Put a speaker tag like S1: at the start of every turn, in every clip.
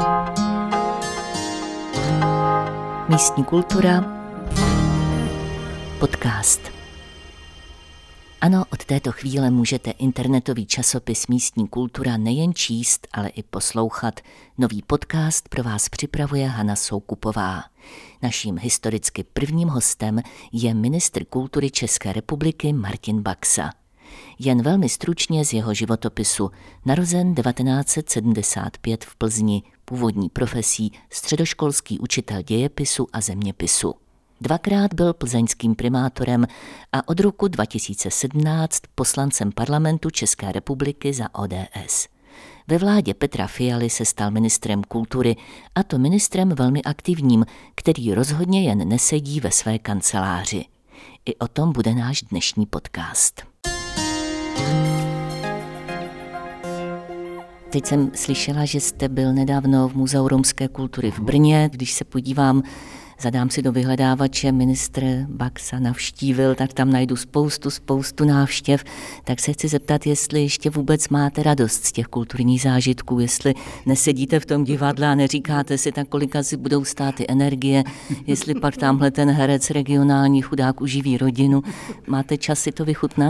S1: Místní kultura, podcast. Ano, od této chvíle můžete internetový časopis Místní kultura nejen číst, ale i poslouchat. Nový podcast pro vás připravuje Hana Soukupová. Naším historicky prvním hostem je ministr kultury České republiky Martin Baxa. Jen velmi stručně z jeho životopisu. Narozen 1975 v Plzni, původní profesí středoškolský učitel dějepisu a zeměpisu. Dvakrát byl plzeňským primátorem a od roku 2017 poslancem parlamentu České republiky za ODS. Ve vládě Petra Fialy se stal ministrem kultury, a to ministrem velmi aktivním, který rozhodně jen nesedí ve své kanceláři. I o tom bude náš dnešní podcast. Teď jsem slyšela, že jste byl nedávno v Muzeu romské kultury v Brně. Když se podívám, zadám si do vyhledávače, ministr Baxa navštívil, tak tam najdu spoustu návštěv. Tak se chci zeptat, jestli ještě vůbec máte radost z těch kulturních zážitků, jestli nesedíte v tom divadle a neříkáte si, tak kolika si budou stát ty energie, jestli pak tamhle ten herec regionální chudák uživí rodinu. Máte čas si to vychutnat?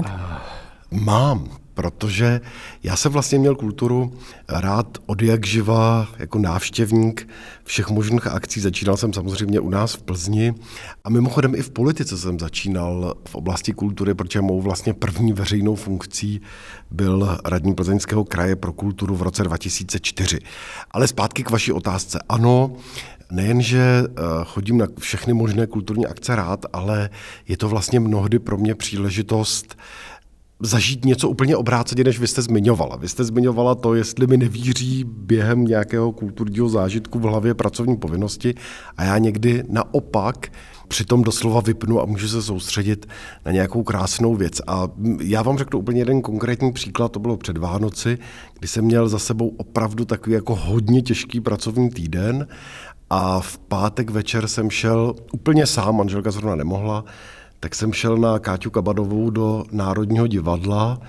S2: Mám, protože já jsem vlastně měl kulturu rád od jak živa jako návštěvník všech možných akcí. Začínal jsem samozřejmě u nás v Plzni a mimochodem i v politice jsem začínal v oblasti kultury, protože mou vlastně první veřejnou funkcí byl radní Plzeňského kraje pro kulturu v roce 2004. Ale zpátky k vaší otázce. Ano, nejenže chodím na všechny možné kulturní akce rád, ale je to vlastně mnohdy pro mě příležitost zažít něco úplně obráceně, než vy jste zmiňovala. Vy jste zmiňovala to, jestli mi nevíří během nějakého kulturního zážitku v hlavě pracovní povinnosti a já někdy naopak přitom doslova vypnu a můžu se soustředit na nějakou krásnou věc. A já vám řeknu úplně jeden konkrétní příklad, to bylo před Vánoci, kdy jsem měl za sebou opravdu takový jako hodně těžký pracovní týden a v pátek večer jsem šel úplně sám, manželka zrovna nemohla, tak jsem šel na Káťu Kabadovou do Národního divadla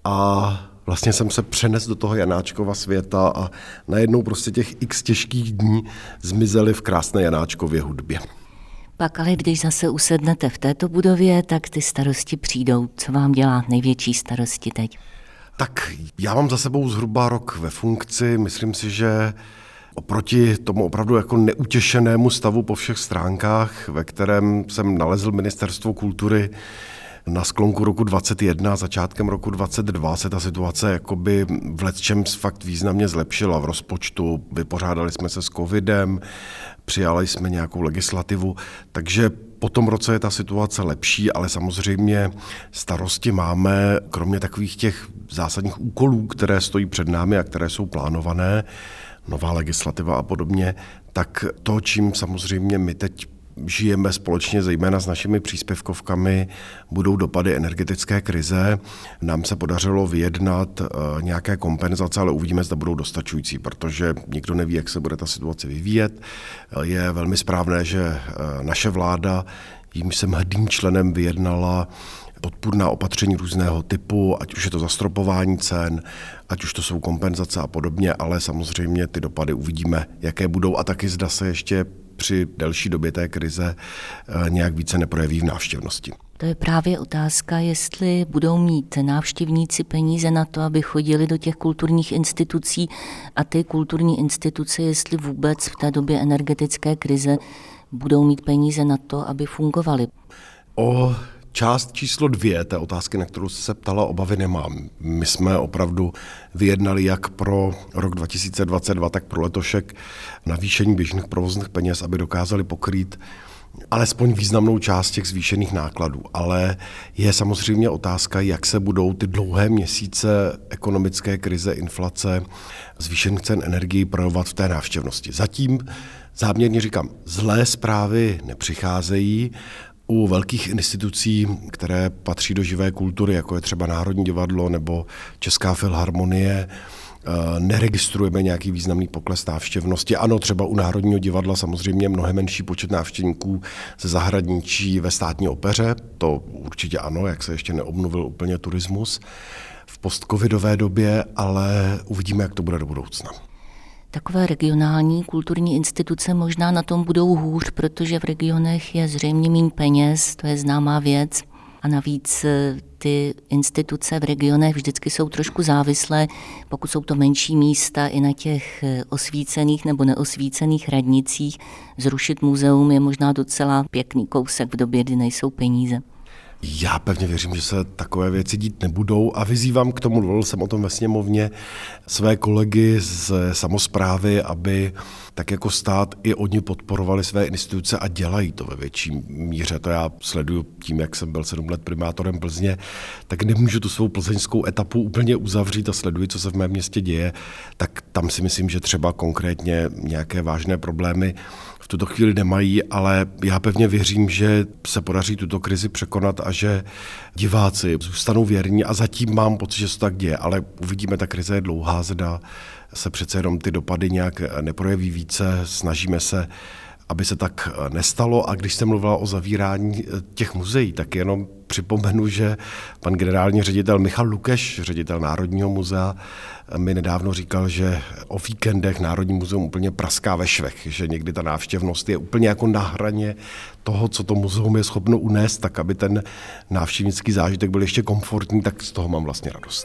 S2: a vlastně jsem se přenesl do toho Janáčkova světa a najednou prostě těch x těžkých dní zmizely v krásné Janáčkově hudbě.
S1: Pak ale když zase usednete v této budově, tak ty starosti přijdou. Co vám dělá největší starosti teď?
S2: Tak já mám za sebou zhruba rok ve funkci, myslím si, že oproti tomu opravdu jako neutěšenému stavu po všech stránkách, ve kterém jsem nalezl Ministerstvo kultury na sklonku roku 2021, začátkem roku 2022, se ta situace jakoby v lecčems fakt významně zlepšila v rozpočtu. Vypořádali jsme se s covidem, přijali jsme nějakou legislativu, takže po tom roce je ta situace lepší, ale samozřejmě starosti máme, kromě takových těch zásadních úkolů, které stojí před námi a které jsou plánované, nová legislativa a podobně, tak to, čím samozřejmě my teď žijeme společně, zejména s našimi příspěvkovkami, budou dopady energetické krize. Nám se podařilo vyjednat nějaké kompenzace, ale uvidíme, zda budou dostačující, protože nikdo neví, jak se bude ta situace vyvíjet. Je velmi správné, že naše vláda, jímž jsem hrdým členem, vyjednala podpůrná opatření různého typu, ať už je to zastropování cen, ať už to jsou kompenzace a podobně, ale samozřejmě ty dopady uvidíme, jaké budou a taky zda se ještě při delší době té krize nějak více neprojeví v návštěvnosti.
S1: To je právě otázka, jestli budou mít návštěvníci peníze na to, aby chodili do těch kulturních institucí a ty kulturní instituce, jestli vůbec v té době energetické krize budou mít peníze na to, aby fungovaly.
S2: Část číslo 2 té otázky, na kterou jste se ptala, obavy nemám. My jsme opravdu vyjednali jak pro rok 2022, tak pro letošek navýšení běžných provozních peněz, aby dokázali pokrýt alespoň významnou část těch zvýšených nákladů. Ale je samozřejmě otázka, jak se budou ty dlouhé měsíce ekonomické krize, inflace, zvýšených cen energií projevovat v té návštěvnosti. Zatím záměrně říkám, zlé zprávy nepřicházejí. U velkých institucí, které patří do živé kultury, jako je třeba Národní divadlo nebo Česká filharmonie, neregistrujeme nějaký významný pokles návštěvnosti. Ano, třeba u Národního divadla samozřejmě mnohem menší počet návštěvníků ze zahraničí ve státní opeře, to určitě ano, jak se ještě neobnovil úplně turismus v postcovidové době, ale uvidíme, jak to bude do budoucna.
S1: Takové regionální kulturní instituce možná na tom budou hůř, protože v regionech je zřejmě méně peněz, to je známá věc. A navíc ty instituce v regionech vždycky jsou trošku závislé, pokud jsou to menší místa i na těch osvícených nebo neosvícených radnicích. Zrušit muzeum je možná docela pěkný kousek v době, kdy nejsou peníze.
S2: Já pevně věřím, že se takové věci dít nebudou a vyzývám k tomu, volil jsem o tom ve sněmovně, své kolegy z samosprávy, aby tak jako stát i oni podporovali své instituce a dělají to ve větší míře. To já sleduju tím, jak jsem byl 7 let primátorem Plzně, tak nemůžu tu svou plzeňskou etapu úplně uzavřít a sleduji, co se v mém městě děje, tak tam si myslím, že třeba konkrétně nějaké vážné problémy v tuto chvíli nemají, ale já pevně věřím, že se podaří tuto krizi překonat a že diváci zůstanou věrní a zatím mám pocit, že se to tak děje, ale uvidíme, ta krize je dlouhá, zda se přece jenom ty dopady nějak neprojeví více, snažíme se, aby se tak nestalo a když jsem mluvila o zavírání těch muzeí, tak jenom připomenu, že pan generální ředitel Michal Lukeš, ředitel Národního muzea, mi nedávno říkal, že o víkendech Národní muzeum úplně praská ve švech, že někdy ta návštěvnost je úplně jako na hraně toho, co to muzeum je schopno unést, tak aby ten návštěvnický zážitek byl ještě komfortní, tak z toho mám vlastně radost.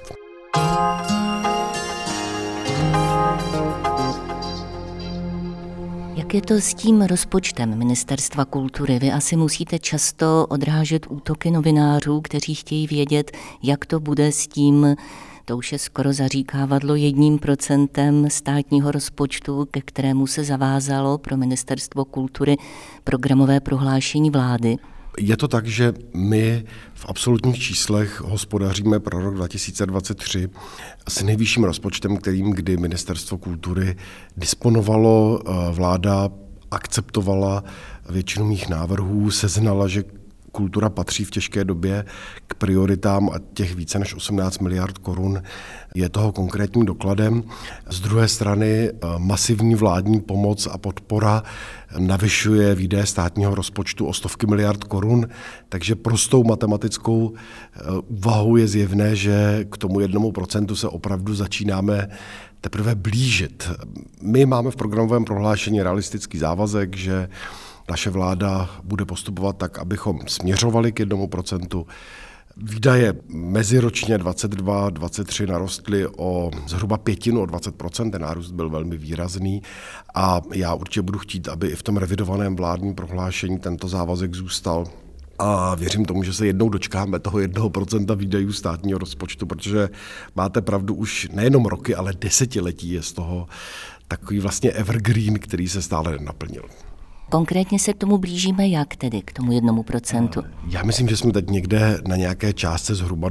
S1: Jak je to s tím rozpočtem Ministerstva kultury? Vy asi musíte často odrážet útoky novinářů, kteří chtějí vědět, jak to bude s tím, to už je skoro zaříkávadlo 1% státního rozpočtu, ke kterému se zavázalo pro Ministerstvo kultury programové prohlášení vlády.
S2: Je to tak, že my v absolutních číslech hospodaříme pro rok 2023 s nejvyšším rozpočtem, kterým kdy Ministerstvo kultury disponovalo. Vláda akceptovala většinu mých návrhů, seznala, že kultura patří v těžké době k prioritám a těch více než 18 miliard korun je toho konkrétním dokladem. Z druhé strany masivní vládní pomoc a podpora navyšuje výdaje státního rozpočtu o stovky miliard korun, takže prostou matematickou úvahou je zjevné, že k tomu 1% se opravdu začínáme teprve blížit. My máme v programovém prohlášení realistický závazek, že naše vláda bude postupovat tak, abychom směřovali k 1%. Výdaje meziročně 22-23 narostly o zhruba 20%, ten nárůst byl velmi výrazný a já určitě budu chtít, aby i v tom revidovaném vládním prohlášení tento závazek zůstal. A věřím tomu, že se jednou dočkáme toho 1% výdajů státního rozpočtu, protože máte pravdu, už nejenom roky, ale desetiletí je z toho takový vlastně evergreen, který se stále nenaplnil.
S1: Konkrétně se k tomu blížíme jak tedy, k tomu 1%?
S2: Já myslím, že jsme teď někde na nějaké částce zhruba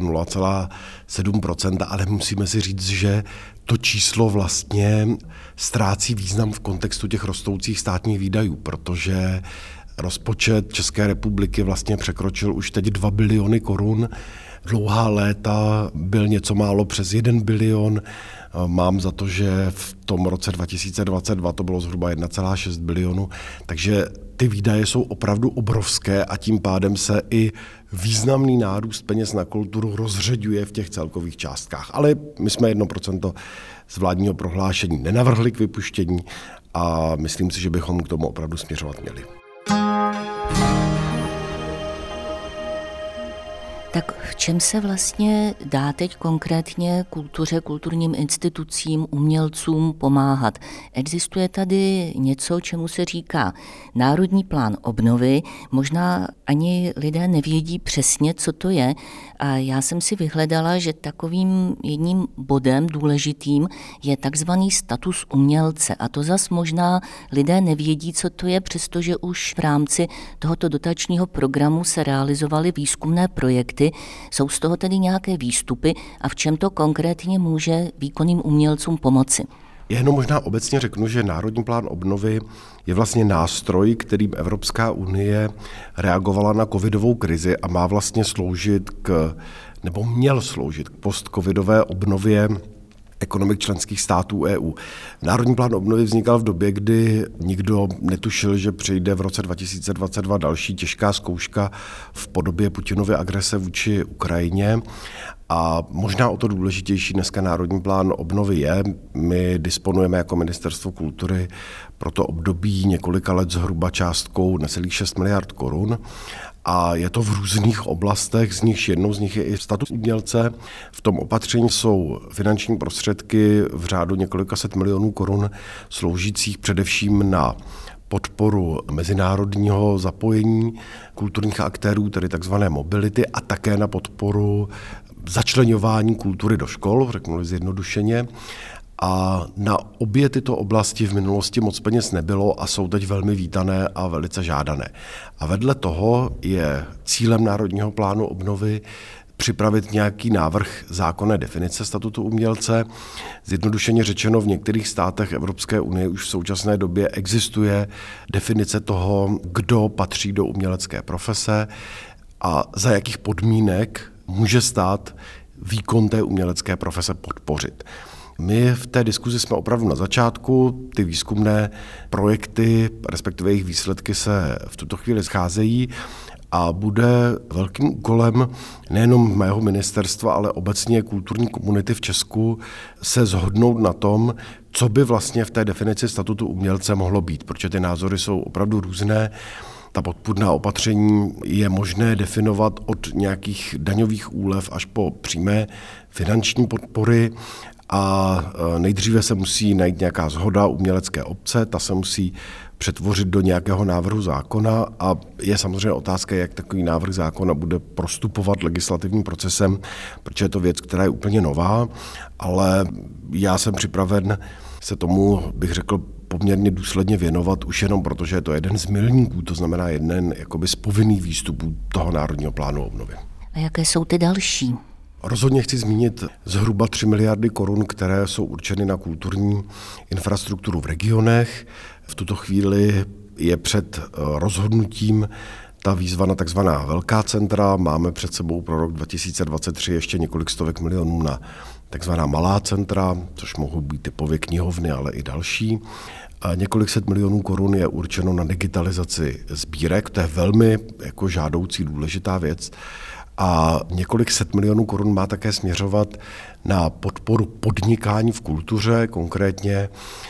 S2: 0,7%, ale musíme si říct, že to číslo vlastně ztrácí význam v kontextu těch rostoucích státních výdajů, protože rozpočet České republiky vlastně překročil už teď 2 biliony korun. Dlouhá léta byl něco málo přes 1 bilion. Mám za to, že v tom roce 2022 to bylo zhruba 1,6 bilionu, takže ty výdaje jsou opravdu obrovské a tím pádem se i významný nárůst peněz na kulturu rozřeďuje v těch celkových částkách. Ale my jsme 1% z vládního prohlášení nenavrhli k vypuštění a myslím si, že bychom k tomu opravdu směřovat měli.
S1: Tak v čem se vlastně dá teď konkrétně kultuře, kulturním institucím, umělcům pomáhat? Existuje tady něco, čemu se říká Národní plán obnovy. Možná ani lidé nevědí přesně, co to je. A já jsem si vyhledala, že takovým jedním bodem důležitým je takzvaný status umělce. A to zas možná lidé nevědí, co to je, přestože už v rámci tohoto dotačního programu se realizovaly výzkumné projekty. Jsou z toho tedy nějaké výstupy a v čem to konkrétně může výkonným umělcům pomoci?
S2: Já jenom možná obecně řeknu, že Národní plán obnovy je vlastně nástroj, kterým Evropská unie reagovala na covidovou krizi a má vlastně sloužit nebo měl sloužit k postcovidové obnově ekonomik členských států EU. Národní plán obnovy vznikal v době, kdy nikdo netušil, že přijde v roce 2022 další těžká zkouška v podobě Putinovy agrese vůči Ukrajině. A možná o to důležitější dneska Národní plán obnovy je. My disponujeme jako Ministerstvo kultury pro to období několika let zhruba částkou necelých 6 miliard korun. A je to v různých oblastech, z nichž jednou z nich je i status umělce. V tom opatření jsou finanční prostředky v řádu několika set milionů korun, sloužících především na podporu mezinárodního zapojení kulturních aktérů, tedy takzvané mobility, a také na podporu začleňování kultury do škol, řeknu zjednodušeně. A na obě tyto oblasti v minulosti moc peněz nebylo a jsou teď velmi vítané a velice žádané. A vedle toho je cílem Národního plánu obnovy připravit nějaký návrh zákonné definice statutu umělce. Zjednodušeně řečeno, v některých státech Evropské unie už v současné době existuje definice toho, kdo patří do umělecké profese a za jakých podmínek může stát výkon té umělecké profese podpořit. My v té diskuzi jsme opravdu na začátku, ty výzkumné projekty, respektive jejich výsledky se v tuto chvíli scházejí a bude velkým úkolem nejenom mého ministerstva, ale obecně kulturní komunity v Česku se shodnout na tom, co by vlastně v té definici statutu umělce mohlo být, protože ty názory jsou opravdu různé. Ta podpůrná opatření je možné definovat od nějakých daňových úlev až po přímé finanční podpory. A nejdříve se musí najít nějaká shoda umělecké obce, ta se musí přetvořit do nějakého návrhu zákona a je samozřejmě otázka, jak takový návrh zákona bude prostupovat legislativním procesem, protože je to věc, která je úplně nová, ale já jsem připraven se tomu, bych řekl, poměrně důsledně věnovat už jenom proto, že je to jeden z milníků, to znamená jeden jakoby z povinných výstupů toho Národního plánu obnovy.
S1: A jaké jsou ty další?
S2: Rozhodně chci zmínit zhruba 3 miliardy korun, které jsou určeny na kulturní infrastrukturu v regionech. V tuto chvíli je před rozhodnutím ta výzva na takzvaná velká centra. Máme před sebou pro rok 2023 ještě několik stovek milionů na takzvaná malá centra, což mohou být typově knihovny, ale i další. A několik set milionů korun je určeno na digitalizaci sbírek, to je velmi jako žádoucí důležitá věc. A několik set milionů korun má také směřovat na podporu podnikání v kultuře, konkrétně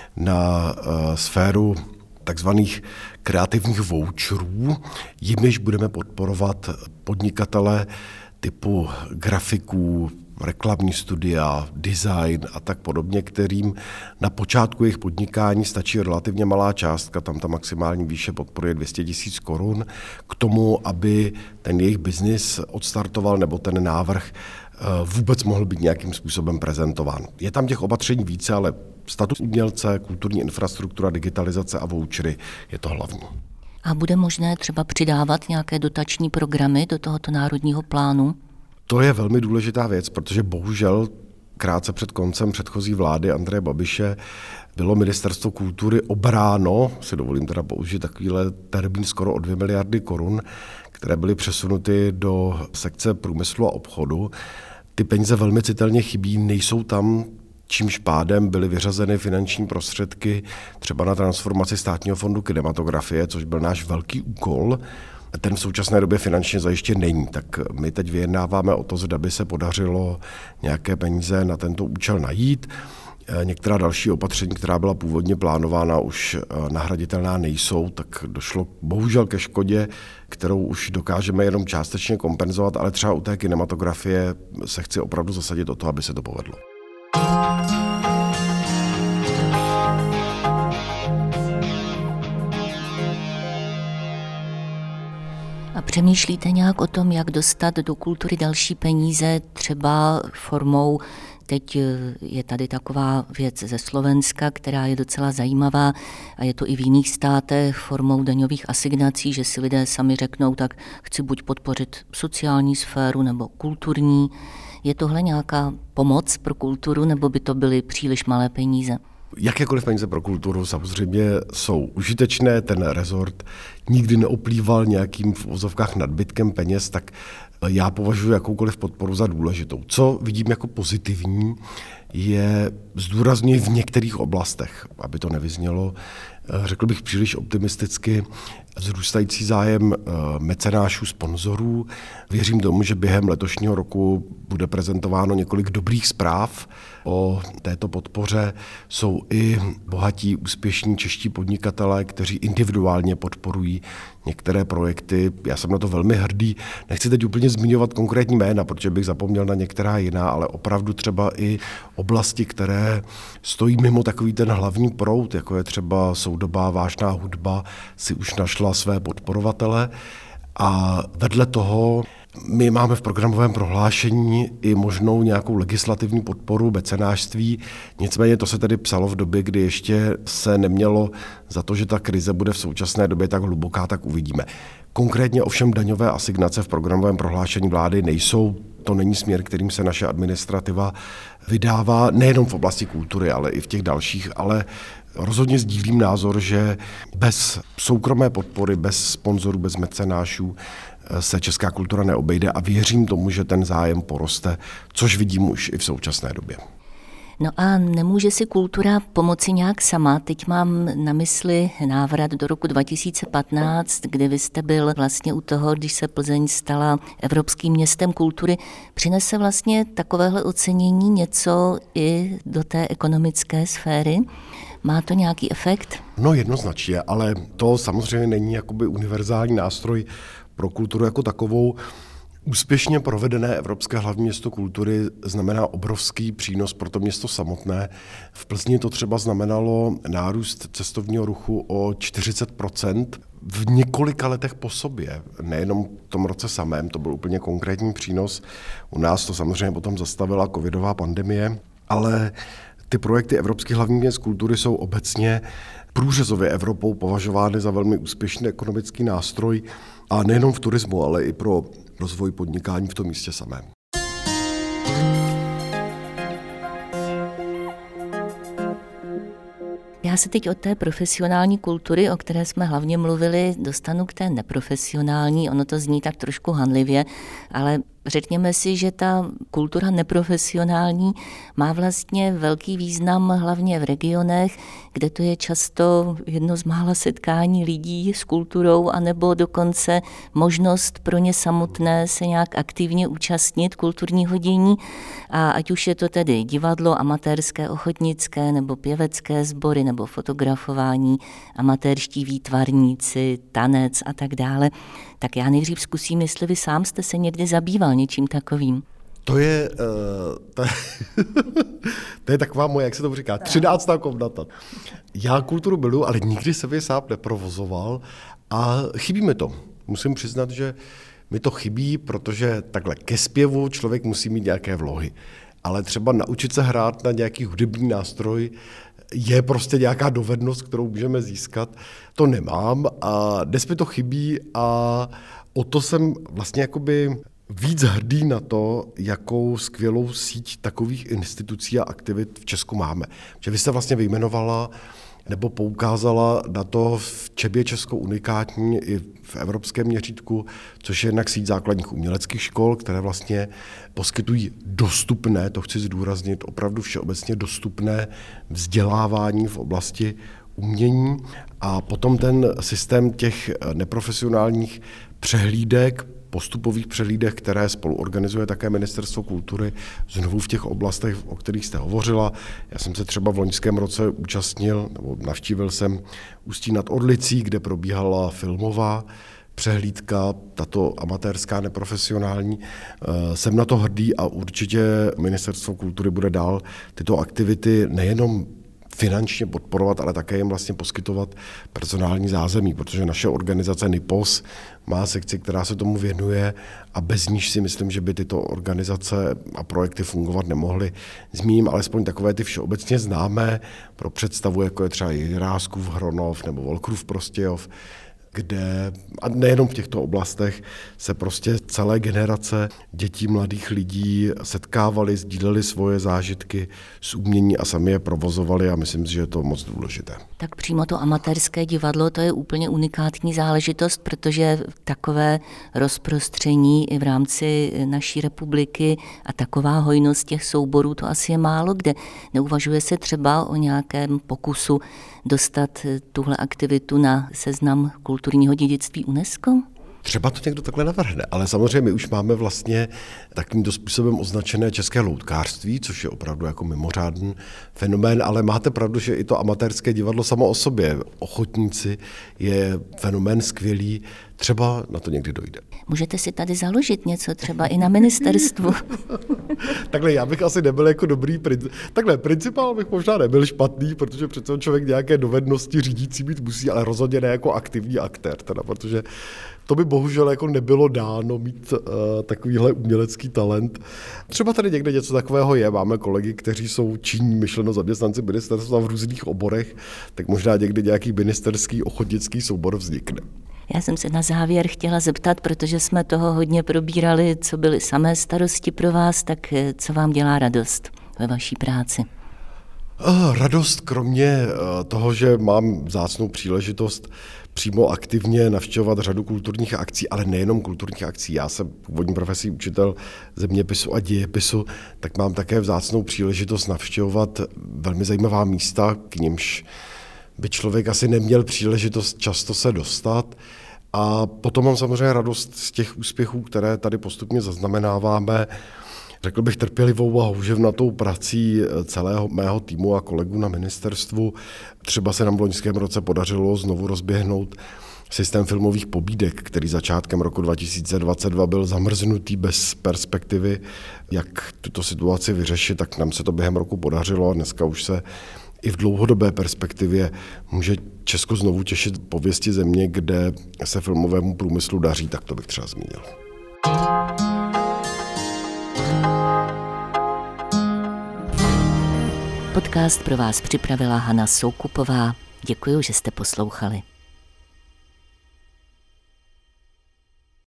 S2: na sféru takzvaných kreativních voucherů. Jimiž budeme podporovat podnikatele typu grafiků, reklamní studia, design a tak podobně, kterým na počátku jejich podnikání stačí relativně malá částka, tam ta maximální výše podpory je 200 000 korun, k tomu, aby ten jejich biznis odstartoval nebo ten návrh vůbec mohl být nějakým způsobem prezentován. Je tam těch opatření více, ale status umělce, kulturní infrastruktura, digitalizace a vouchery je to hlavní.
S1: A bude možné třeba přidávat nějaké dotační programy do tohoto národního plánu?
S2: To je velmi důležitá věc, protože bohužel krátce před koncem předchozí vlády Andreje Babiše bylo Ministerstvo kultury obráno, si dovolím teda použít takovýhle termín, skoro o 2 miliardy korun, které byly přesunuty do sekce průmyslu a obchodu. Ty peníze velmi citelně chybí, nejsou tam, čímž pádem byly vyřazeny finanční prostředky třeba na transformaci Státního fondu kinematografie, což byl náš velký úkol. Ten v současné době finančně zajištěn není, tak my teď vyjednáváme o to, zda by se podařilo nějaké peníze na tento účel najít. Některá další opatření, která byla původně plánována, už nahraditelná nejsou, tak došlo bohužel ke škodě, kterou už dokážeme jenom částečně kompenzovat, ale třeba u té kinematografie se chci opravdu zasadit o to, aby se to povedlo.
S1: A přemýšlíte nějak o tom, jak dostat do kultury další peníze, třeba formou, teď je tady taková věc ze Slovenska, která je docela zajímavá a je to i v jiných státech, formou daňových asignací, že si lidé sami řeknou, tak chci buď podpořit sociální sféru nebo kulturní. Je tohle nějaká pomoc pro kulturu, nebo by to byly příliš malé peníze?
S2: Jakékoliv peníze pro kulturu samozřejmě jsou užitečné, ten rezort nikdy neoplýval nějakým v uvozovkách nadbytkem peněz, tak já považuji jakoukoliv podporu za důležitou. Co vidím jako pozitivní, je zdůrazňuji v některých oblastech, aby to nevyznělo, řekl bych příliš optimisticky, vzrůstající zájem mecenášů, sponzorů. Věřím tomu, že během letošního roku bude prezentováno několik dobrých zpráv o této podpoře. Jsou i bohatí, úspěšní čeští podnikatelé, kteří individuálně podporují některé projekty. Já jsem na to velmi hrdý. Nechci teď úplně zmiňovat konkrétní jména, protože bych zapomněl na některá jiná, ale opravdu třeba i oblasti, které stojí mimo takový ten hlavní proud, jako je třeba soudobá vážná hudba, si už našla své podporovatele. A vedle toho my máme v programovém prohlášení i možnou nějakou legislativní podporu mecenášství. Nicméně to se tedy psalo v době, kdy ještě se nemělo za to, že ta krize bude v současné době tak hluboká, tak uvidíme. Konkrétně ovšem daňové asignace v programovém prohlášení vlády nejsou. To není směr, kterým se naše administrativa vydává, nejenom v oblasti kultury, ale i v těch dalších, ale rozhodně sdílím názor, že bez soukromé podpory, bez sponzorů, bez mecenášů se česká kultura neobejde a věřím tomu, že ten zájem poroste, což vidím už i v současné době.
S1: No a nemůže si kultura pomoci nějak sama? Teď mám na mysli návrat do roku 2015, kdy vy jste byl vlastně u toho, když se Plzeň stala Evropským městem kultury. Přinese vlastně takovéhle ocenění něco i do té ekonomické sféry? Má to nějaký efekt?
S2: No jednoznačně, ale to samozřejmě není jakoby univerzální nástroj pro kulturu jako takovou. Úspěšně provedené Evropské hlavní město kultury znamená obrovský přínos pro to město samotné. V Plzni to třeba znamenalo nárůst cestovního ruchu o 40% v několika letech po sobě. Nejenom v tom roce samém, to byl úplně konkrétní přínos. U nás to samozřejmě potom zastavila covidová pandemie, ale ty projekty Evropských hlavních měst kultury jsou obecně průřezově Evropou považovány za velmi úspěšný ekonomický nástroj a nejenom v turismu, ale i pro rozvoj podnikání v tom místě samém.
S1: Já se teď od té profesionální kultury, o které jsme hlavně mluvili, dostanu k té neprofesionální. Ono to zní tak trošku hanlivě, ale řekněme si, že ta kultura neprofesionální má vlastně velký význam hlavně v regionech, kde to je často jedno z mála setkání lidí s kulturou, anebo dokonce možnost pro ně samotné se nějak aktivně účastnit kulturního dění. A ať už je to tedy divadlo, amatérské, ochotnické, nebo pěvecké sbory, nebo fotografování, amatérští výtvarníci, tanec a tak dále. Tak já nejdřív zkusím, jestli vy sám jste se někdy zabýval něčím takovým.
S2: To je taková moje, jak se to říká, 13. komnata. Já kulturu miluji, ale nikdy jsem je sám neprovozoval a chybí mi to. Musím přiznat, že mi to chybí, protože takhle ke zpěvu člověk musí mít nějaké vlohy. Ale třeba naučit se hrát na nějaký hudební nástroj je prostě nějaká dovednost, kterou můžeme získat. To nemám a dnes mi to chybí a o to jsem vlastně jakoby víc hrdý na to, jakou skvělou síť takových institucí a aktivit v Česku máme. Že vy jste vlastně vyjmenovala nebo poukázala na to, v čem je Česko unikátní i v evropském měřítku, což je jednak síť základních uměleckých škol, které vlastně poskytují dostupné, to chci zdůraznit, opravdu všeobecně dostupné vzdělávání v oblasti umění a potom ten systém těch neprofesionálních přehlídek, postupových přehlídek, které spolu organizuje také Ministerstvo kultury, znovu v těch oblastech, o kterých jste hovořila. Já jsem se třeba v loňském roce účastnil, nebo navštívil jsem Ústí nad Orlicí, kde probíhala filmová přehlídka, tato amatérská, neprofesionální. Jsem na to hrdý a určitě Ministerstvo kultury bude dál tyto aktivity nejenom finančně podporovat, ale také jim vlastně poskytovat personální zázemí, protože naše organizace NIPOS má sekci, která se tomu věnuje a bez níž si myslím, že by tyto organizace a projekty fungovat nemohly. Zmíním alespoň takové ty všeobecně známé pro představu, jako je třeba Jiráskův Hronov nebo Volkrův Prostějov. kde, a nejenom v těchto oblastech, se prostě celé generace dětí, mladých lidí setkávali, sdíleli svoje zážitky z umění a sami je provozovali a myslím si, že je to moc důležité.
S1: Tak přímo to amatérské divadlo, to je úplně unikátní záležitost, protože takové rozprostření i v rámci naší republiky a taková hojnost těch souborů, to asi je málo kde. Neuvažuje se třeba o nějakém pokusu dostat tuhle aktivitu na seznam kulturního dědictví UNESCO?
S2: Třeba to někdo takhle navrhne, ale samozřejmě my už máme vlastně takovýmto způsobem označené české loutkářství, což je opravdu jako mimořádný fenomén, ale máte pravdu, že i to amatérské divadlo samo o sobě, ochotníci, je fenomén skvělý, třeba na to někdy dojde.
S1: Můžete si tady založit něco třeba i na ministerstvu.
S2: Takhle já bych asi nebyl jako dobrý principál bych možná nebyl špatný, protože přece člověk nějaké dovednosti řídící být musí, ale rozhodně ne jako aktivní aktér, teda, protože to by bohužel jako nebylo dáno mít takovýhle umělecký talent. Třeba tady někde něco takového je, máme kolegy, kteří jsou činní myšleno zaměstnanci ministerstva v různých oborech, tak možná někdy nějaký ministerský ochotnický soubor vznikne.
S1: Já jsem se na závěr chtěla zeptat, protože jsme toho hodně probírali, co byly samé starosti pro vás, tak co vám dělá radost ve vaší práci?
S2: Radost kromě toho, že mám vzácnou příležitost přímo aktivně navštěvovat řadu kulturních akcí, ale nejenom kulturních akcí. Já jsem původní profesí učitel zeměpisu a dějepisu, tak mám také vzácnou příležitost navštěvovat velmi zajímavá místa, k nimž by člověk asi neměl příležitost často se dostat. A potom mám samozřejmě radost z těch úspěchů, které tady postupně zaznamenáváme. Řekl bych trpělivou a houževnatou prací celého mého týmu a kolegů na ministerstvu. Třeba se nám v loňském roce podařilo znovu rozběhnout systém filmových pobídek, který začátkem roku 2022 byl zamrznutý bez perspektivy, jak tuto situaci vyřešit, tak nám se to během roku podařilo a dneska už se i v dlouhodobé perspektivě může Česko znovu těšit pověsti země, kde se filmovému průmyslu daří, tak to bych třeba zmínil.
S1: Podcast pro vás připravila Hana Soukupová. Děkuji, že jste poslouchali.